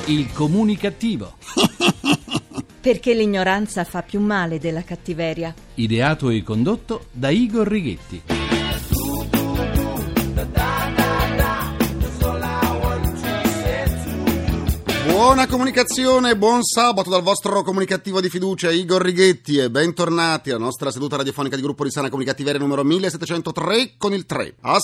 Il comunicativo. Perché l'ignoranza fa più male della cattiveria. Ideato e condotto da Igor Righetti. Buona comunicazione, buon sabato dal vostro comunicativo di fiducia Igor Righetti e bentornati alla nostra seduta radiofonica di gruppo di sana comunicativeria numero 1703 con il 3. A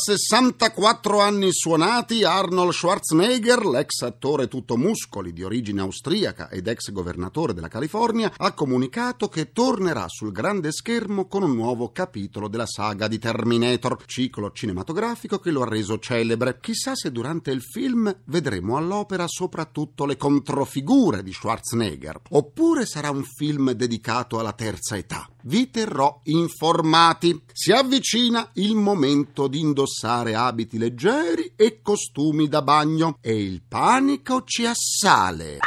64 anni suonati Arnold Schwarzenegger, l'ex attore tutto muscoli di origine austriaca ed ex governatore della California, ha comunicato che tornerà sul grande schermo con un nuovo capitolo della saga di Terminator, ciclo cinematografico che lo ha reso celebre. Chissà se durante il film vedremo all'opera soprattutto le controfigure di Schwarzenegger, oppure sarà un film dedicato alla terza età. Vi terrò informati. Si avvicina il momento di indossare abiti leggeri e costumi da bagno e il panico ci assale.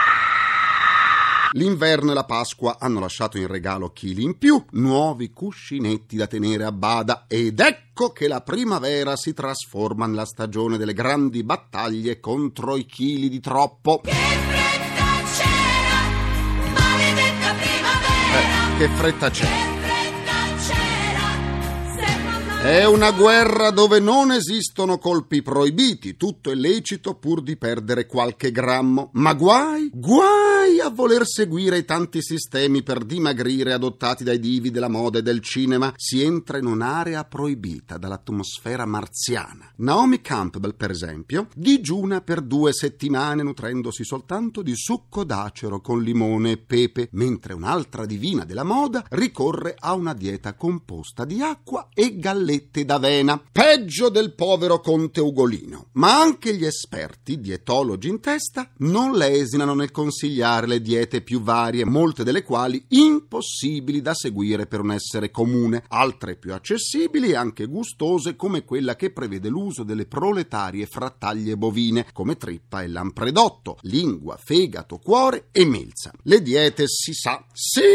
L'inverno e la Pasqua hanno lasciato in regalo chili in più, nuovi cuscinetti da tenere a bada ed ecco che la primavera si trasforma nella stagione delle grandi battaglie contro i chili di troppo. Che fretta c'era, maledetta primavera! Che fretta c'è? Che fretta c'era, se mamma... È una guerra dove non esistono colpi proibiti, tutto è lecito pur di perdere qualche grammo, ma guai a voler seguire i tanti sistemi per dimagrire adottati dai divi della moda e del cinema. Si entra in un'area proibita dall'atmosfera marziana. Naomi Campbell, per esempio, digiuna per 2 settimane nutrendosi soltanto di succo d'acero con limone e pepe, mentre un'altra divina della moda ricorre a una dieta composta di acqua e gallette d'avena. Peggio del povero conte Ugolino. Ma anche gli esperti, dietologi in testa, non lesinano nel consigliare le diete più varie, molte delle quali impossibili da seguire per un essere comune, altre più accessibili e anche gustose come quella che prevede l'uso delle proletarie frattaglie bovine come trippa e lampredotto, lingua, fegato, cuore e melza. Le diete si sa,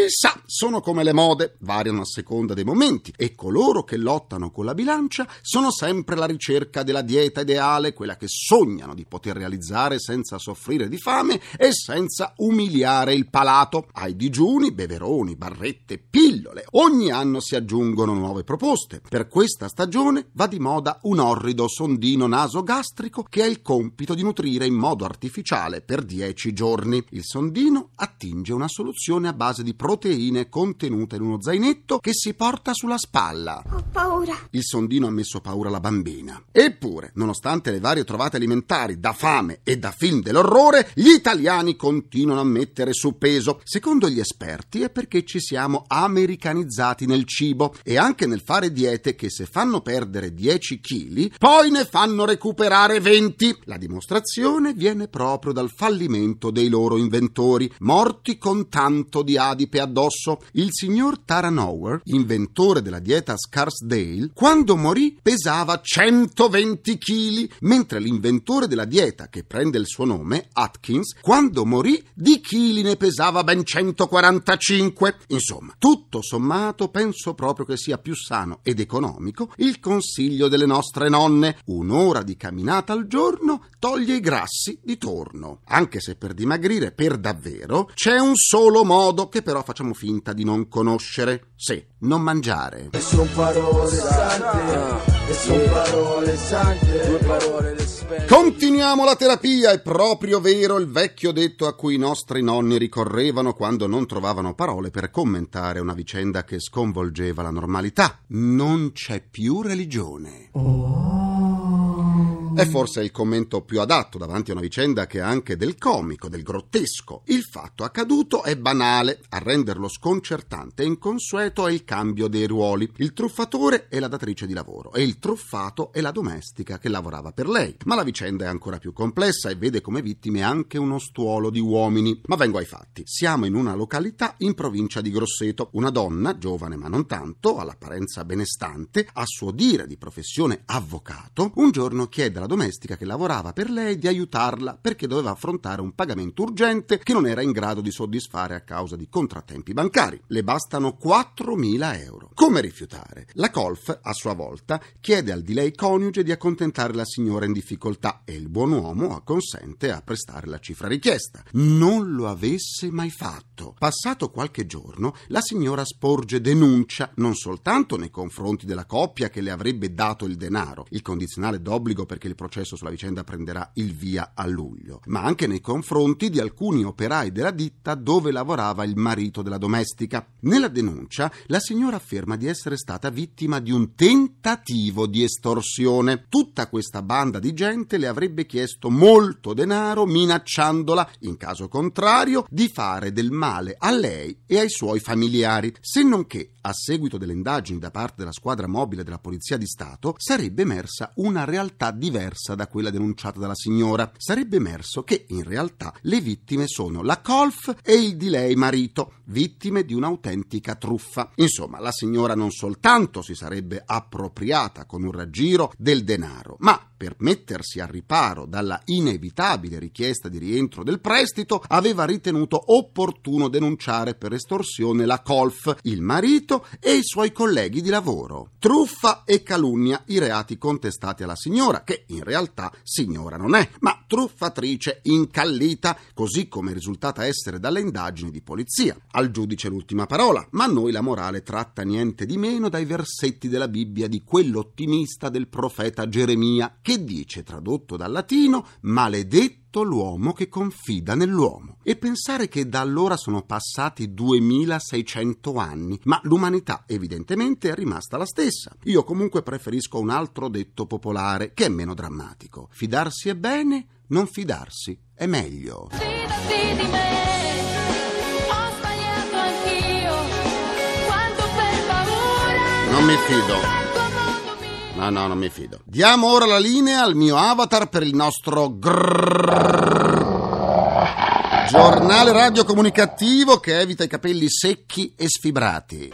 sono come le mode, variano a seconda dei momenti e coloro che lottano con la bilancia sono sempre alla ricerca della dieta ideale, quella che sognano di poter realizzare senza soffrire di fame e senza umiliare il palato. Ai digiuni, beveroni, barrette, pillole. Ogni anno si aggiungono nuove proposte. Per questa stagione va di moda un orrido sondino nasogastrico che ha il compito di nutrire in modo artificiale per 10 giorni. Il sondino attinge una soluzione a base di proteine contenute in uno zainetto che si porta sulla spalla. Ho paura. Il sondino ha messo paura alla bambina. Eppure, nonostante le varie trovate alimentari da fame e da film dell'orrore, gli italiani continuano a mettere su peso. Secondo gli esperti è perché ci siamo americanizzati nel cibo e anche nel fare diete che se fanno perdere 10 kg poi ne fanno recuperare 20. La dimostrazione viene proprio dal fallimento dei loro inventori, morti con tanto di adipe addosso. Il signor Tannenhower, inventore della dieta Scarsdale, quando morì pesava 120 kg, mentre l'inventore della dieta che prende il suo nome, Atkins, quando morì di chili ne pesava ben 145. Insomma, tutto sommato penso proprio che sia più sano ed economico il consiglio delle nostre nonne: 1 ora di camminata al giorno toglie i grassi di torno. Anche se per dimagrire per davvero c'è un solo modo che però facciamo finta di non conoscere. Sì, non mangiare. E son parole sante, e son parole sante, 2 parole le spende. Continuiamo la terapia, è proprio vero il vecchio detto a cui i nostri nonni ricorrevano quando non trovavano parole per commentare una vicenda che sconvolgeva la normalità. Non c'è più religione. È forse il commento più adatto davanti a una vicenda che ha anche del comico, del grottesco. Il fatto accaduto è banale, a renderlo sconcertante e inconsueto è il cambio dei ruoli. Il truffatore è la datrice di lavoro e il truffato è la domestica che lavorava per lei. Ma la vicenda è ancora più complessa e vede come vittime anche uno stuolo di uomini. Ma vengo ai fatti. Siamo in una località in provincia di Grosseto. Una donna, giovane ma non tanto, all'apparenza benestante, a suo dire di professione avvocato, un giorno chiede alla alla domestica che lavorava per lei di aiutarla perché doveva affrontare un pagamento urgente che non era in grado di soddisfare a causa di contrattempi bancari. Le bastano 4.000 euro. Come rifiutare? La Colf, a sua volta, chiede al di lei coniuge di accontentare la signora in difficoltà e il buon uomo acconsente a prestare la cifra richiesta. Non lo avesse mai fatto. Passato qualche giorno, la signora sporge denuncia non soltanto nei confronti della coppia che le avrebbe dato il denaro, il condizionale d'obbligo perché il processo sulla vicenda prenderà il via a luglio, ma anche nei confronti di alcuni operai della ditta dove lavorava il marito della domestica. Nella denuncia la signora afferma di essere stata vittima di un tentativo di estorsione. Tutta questa banda di gente le avrebbe chiesto molto denaro, minacciandola, in caso contrario, di fare del male a lei e ai suoi familiari, se non che, a seguito delle indagini da parte della squadra mobile della Polizia di Stato, sarebbe emersa una realtà diversa da quella denunciata dalla signora. Sarebbe emerso che, in realtà, le vittime sono la Colf e il di lei marito, vittime di un'autentica truffa. Insomma, la signora non soltanto si sarebbe appropriata con un raggiro del denaro, ma per mettersi al riparo dalla inevitabile richiesta di rientro del prestito, aveva ritenuto opportuno denunciare per estorsione la Colf, il marito e i suoi colleghi di lavoro. Truffa e calunnia, i reati contestati alla signora, che in realtà signora non è, ma truffatrice incallita, così come è risultata essere dalle indagini di polizia. Al giudice l'ultima parola, ma noi la morale tratta niente di meno dai versetti della Bibbia di quell'ottimista del profeta Geremia, che dice, tradotto dal latino, maledetto l'uomo che confida nell'uomo. E pensare che da allora sono passati 2600 anni, ma l'umanità evidentemente è rimasta la stessa. Io comunque preferisco un altro detto popolare, che è meno drammatico. Fidarsi è bene, non fidarsi è meglio. Fidati di me, ho sbagliato anch'io, quanto per paura. Non mi fido. No, non mi fido. Diamo ora la linea al mio avatar per il nostro giornale radio comunicativo che evita i capelli secchi e sfibrati.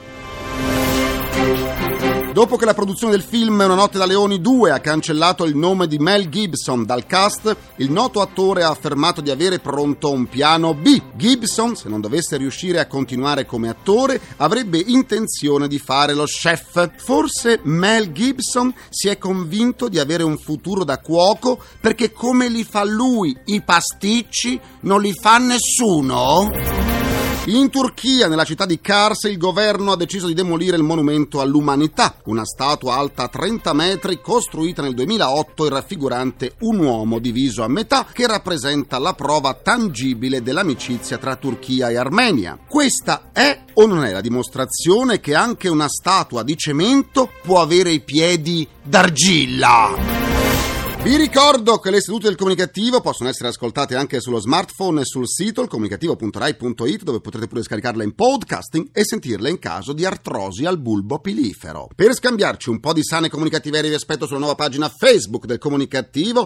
Dopo che la produzione del film Una notte da leoni 2 ha cancellato il nome di Mel Gibson dal cast, il noto attore ha affermato di avere pronto un piano B. Gibson, se non dovesse riuscire a continuare come attore, avrebbe intenzione di fare lo chef. Forse Mel Gibson si è convinto di avere un futuro da cuoco perché come li fa lui i pasticci non li fa nessuno? In Turchia, nella città di Kars, il governo ha deciso di demolire il monumento all'umanità, una statua alta 30 metri costruita nel 2008 e raffigurante un uomo diviso a metà che rappresenta la prova tangibile dell'amicizia tra Turchia e Armenia. Questa è o non è la dimostrazione che anche una statua di cemento può avere i piedi d'argilla? Vi ricordo che le sedute del Comunicativo possono essere ascoltate anche sullo smartphone e sul sito ilcomunicativo.rai.it, dove potrete pure scaricarle in podcasting e sentirle in caso di artrosi al bulbo pilifero. Per scambiarci un po' di sane comunicativerie vi aspetto sulla nuova pagina Facebook del Comunicativo,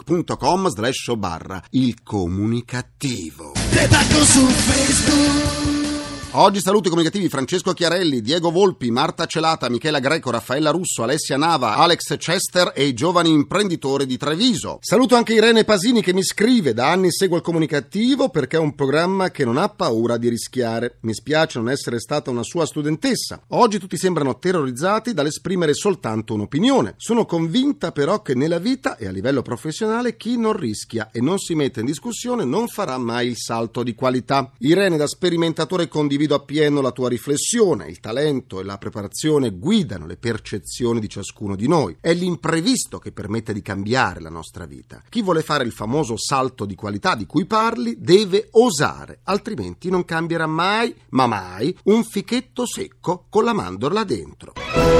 facebook.com/il Comunicativo. Su Facebook. Oggi saluto i comunicativi Francesco Chiarelli, Diego Volpi, Marta Celata, Michela Greco, Raffaella Russo, Alessia Nava, Alex Chester e i giovani imprenditori di Treviso. Saluto anche Irene Pasini che mi scrive: da anni seguo il Comunicativo perché è un programma che non ha paura di rischiare. Mi spiace non essere stata una sua studentessa. Oggi tutti sembrano terrorizzati dall'esprimere soltanto un'opinione. Sono convinta però che nella vita e a livello professionale chi non rischia e non si mette in discussione non farà mai il salto di qualità. Irene, da sperimentatore condivido appieno la tua riflessione. Il talento e la preparazione guidano le percezioni di ciascuno di noi. È l'imprevisto che permette di cambiare la nostra vita. Chi vuole fare il famoso salto di qualità di cui parli deve osare, altrimenti non cambierà mai, ma mai, un fichetto secco con la mandorla dentro.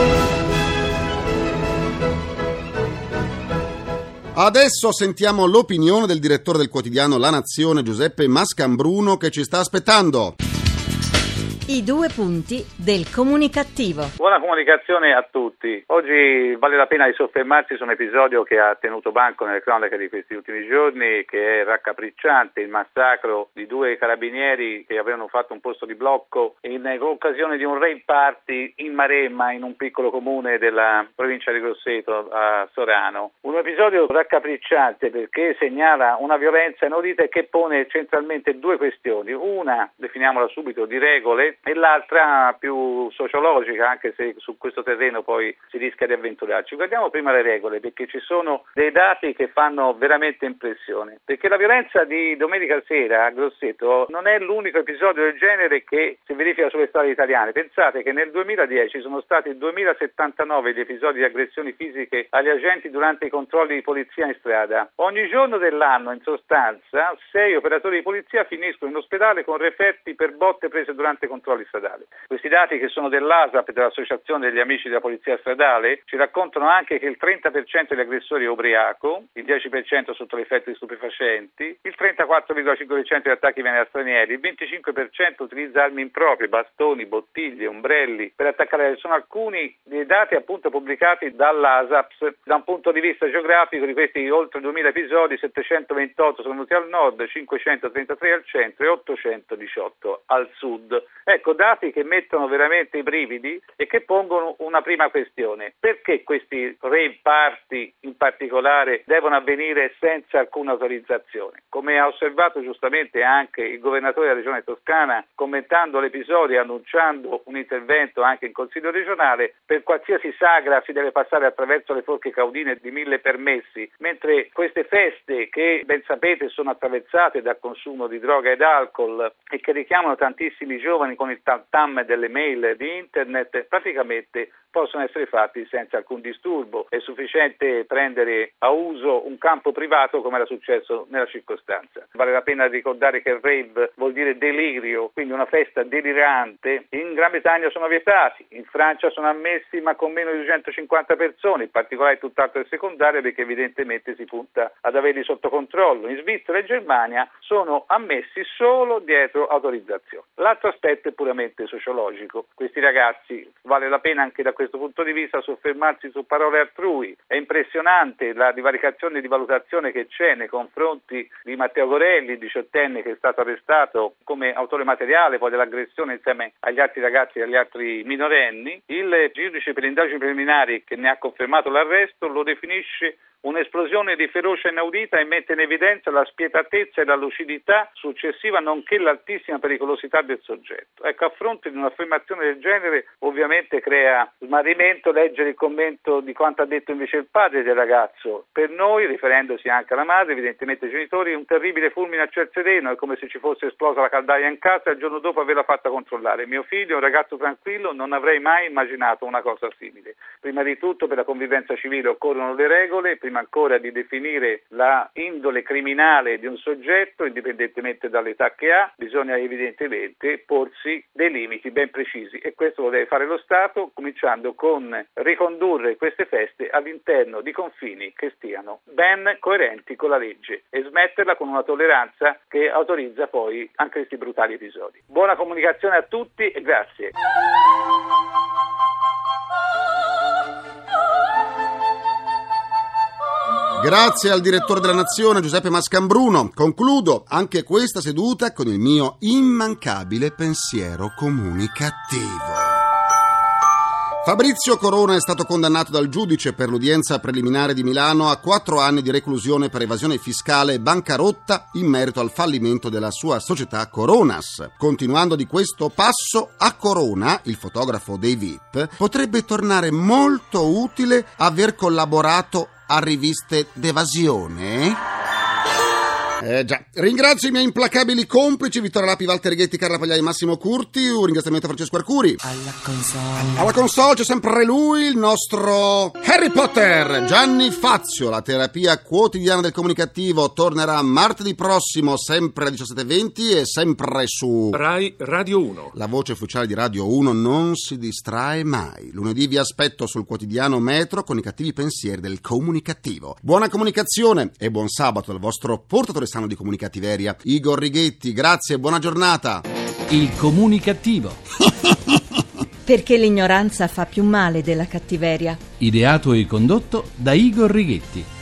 Adesso sentiamo l'opinione del direttore del quotidiano La Nazione, Giuseppe Mascambruno, che ci sta aspettando. I due punti del comunicativo. Buona comunicazione a tutti. Oggi vale la pena di soffermarsi su un episodio che ha tenuto banco nelle cronache di questi ultimi giorni, che è raccapricciante: il massacro di 2 carabinieri che avevano fatto un posto di blocco in occasione di un rave party in Maremma, in un piccolo comune della provincia di Grosseto, a Sorano. Un episodio raccapricciante perché segnala una violenza inaudita e che pone centralmente 2 questioni: una, definiamola subito, di regole, e l'altra più sociologica, anche se su questo terreno poi si rischia di avventurarci. Guardiamo prima le regole, perché ci sono dei dati che fanno veramente impressione, perché la violenza di domenica sera a Grosseto non è l'unico episodio del genere che si verifica sulle strade italiane. Pensate che nel 2010 sono stati 2079 gli episodi di aggressioni fisiche agli agenti durante i controlli di polizia in strada. Ogni giorno dell'anno, in sostanza, 6 operatori di polizia finiscono in ospedale con referti per botte prese durante i controlli stradali. Questi dati, che sono dell'ASAP, dell'Associazione degli Amici della Polizia Stradale, ci raccontano anche che il 30% degli aggressori è ubriaco, il 10% sotto l'effetto di stupefacenti, il 34,5% degli attacchi viene da stranieri, il 25% utilizza armi improprie, bastoni, bottiglie, ombrelli per attaccare. Sono alcuni dei dati appunto pubblicati dall'ASAP. Da un punto di vista geografico, di questi oltre 2000 episodi, 728 sono venuti al nord, 533 al centro e 818 al sud. Ecco, dati che mettono veramente i brividi e che pongono una prima questione: perché questi rave party in particolare devono avvenire senza alcuna autorizzazione? Come ha osservato giustamente anche il governatore della regione Toscana, commentando l'episodio e annunciando un intervento anche in consiglio regionale, per qualsiasi sagra si deve passare attraverso le forche caudine di 1000 permessi, mentre queste feste, che ben sapete sono attraversate dal consumo di droga ed alcol e che richiamano tantissimi giovani con il tam-tam delle mail di internet, praticamente possono essere fatti senza alcun disturbo. È sufficiente prendere a uso un campo privato, come era successo nella circostanza. Vale la pena ricordare che il rave vuol dire delirio, quindi una festa delirante. In Gran Bretagna sono vietati, in Francia sono ammessi ma con meno di 250 persone, in particolare tutt'altro e secondario, perché evidentemente si punta ad averli sotto controllo. In Svizzera e Germania sono ammessi solo dietro autorizzazione. L'altro aspetto è puramente sociologico. Questi ragazzi, vale la pena anche da questo punto di vista soffermarsi su parole altrui. È impressionante la divaricazione di valutazione che c'è nei confronti di Matteo Gorelli, 18enne, che è stato arrestato come autore materiale poi dell'aggressione insieme agli altri ragazzi e agli altri minorenni. Il giudice per le indagini preliminari, che ne ha confermato l'arresto, lo definisce un'esplosione di ferocia inaudita e mette in evidenza la spietatezza e la lucidità successiva, nonché l'altissima pericolosità del soggetto. Ecco, a fronte di un'affermazione del genere, ovviamente crea smarrimento leggere il commento di quanto ha detto invece il padre del ragazzo. Per noi, riferendosi anche alla madre, evidentemente ai genitori, un terribile fulmine a ciel sereno, è come se ci fosse esplosa la caldaia in casa e il giorno dopo averla fatta controllare. Mio figlio è un ragazzo tranquillo, non avrei mai immaginato una cosa simile. Prima di tutto, per la convivenza civile occorrono le regole, prima ancora di definire la indole criminale di un soggetto, indipendentemente dall'età che ha, bisogna evidentemente porsi dei limiti ben precisi, e questo lo deve fare lo Stato, cominciando con ricondurre queste feste all'interno di confini che stiano ben coerenti con la legge e smetterla con una tolleranza che autorizza poi anche questi brutali episodi. Buona comunicazione a tutti e grazie. Grazie al direttore della Nazione Giuseppe Mascambruno. Concludo anche questa seduta con il mio immancabile pensiero comunicativo. Fabrizio Corona è stato condannato dal giudice per l'udienza preliminare di Milano a 4 anni di reclusione per evasione fiscale e bancarotta in merito al fallimento della sua società Coronas. Continuando di questo passo, a Corona, il fotografo dei VIP, potrebbe tornare molto utile aver collaborato a riviste d'evasione? Già. Ringrazio i miei implacabili complici Vittorio Lapi, Walter Righetti, Carla Pagliai e Massimo Curti. Un ringraziamento a Francesco Arcuri. Alla console c'è sempre lui, il nostro Harry Potter, Gianni Fazio. La terapia quotidiana del comunicativo tornerà martedì prossimo, sempre alle 17:20 e sempre su Rai Radio 1. La voce ufficiale di Radio 1 non si distrae mai. Lunedì vi aspetto sul quotidiano Metro con i cattivi pensieri del comunicativo. Buona comunicazione e buon sabato dal vostro portatore sano di comunicativeria, Igor Righetti. Grazie e buona giornata. Il comunicativo. Perché l'ignoranza fa più male della cattiveria. Ideato e condotto da Igor Righetti.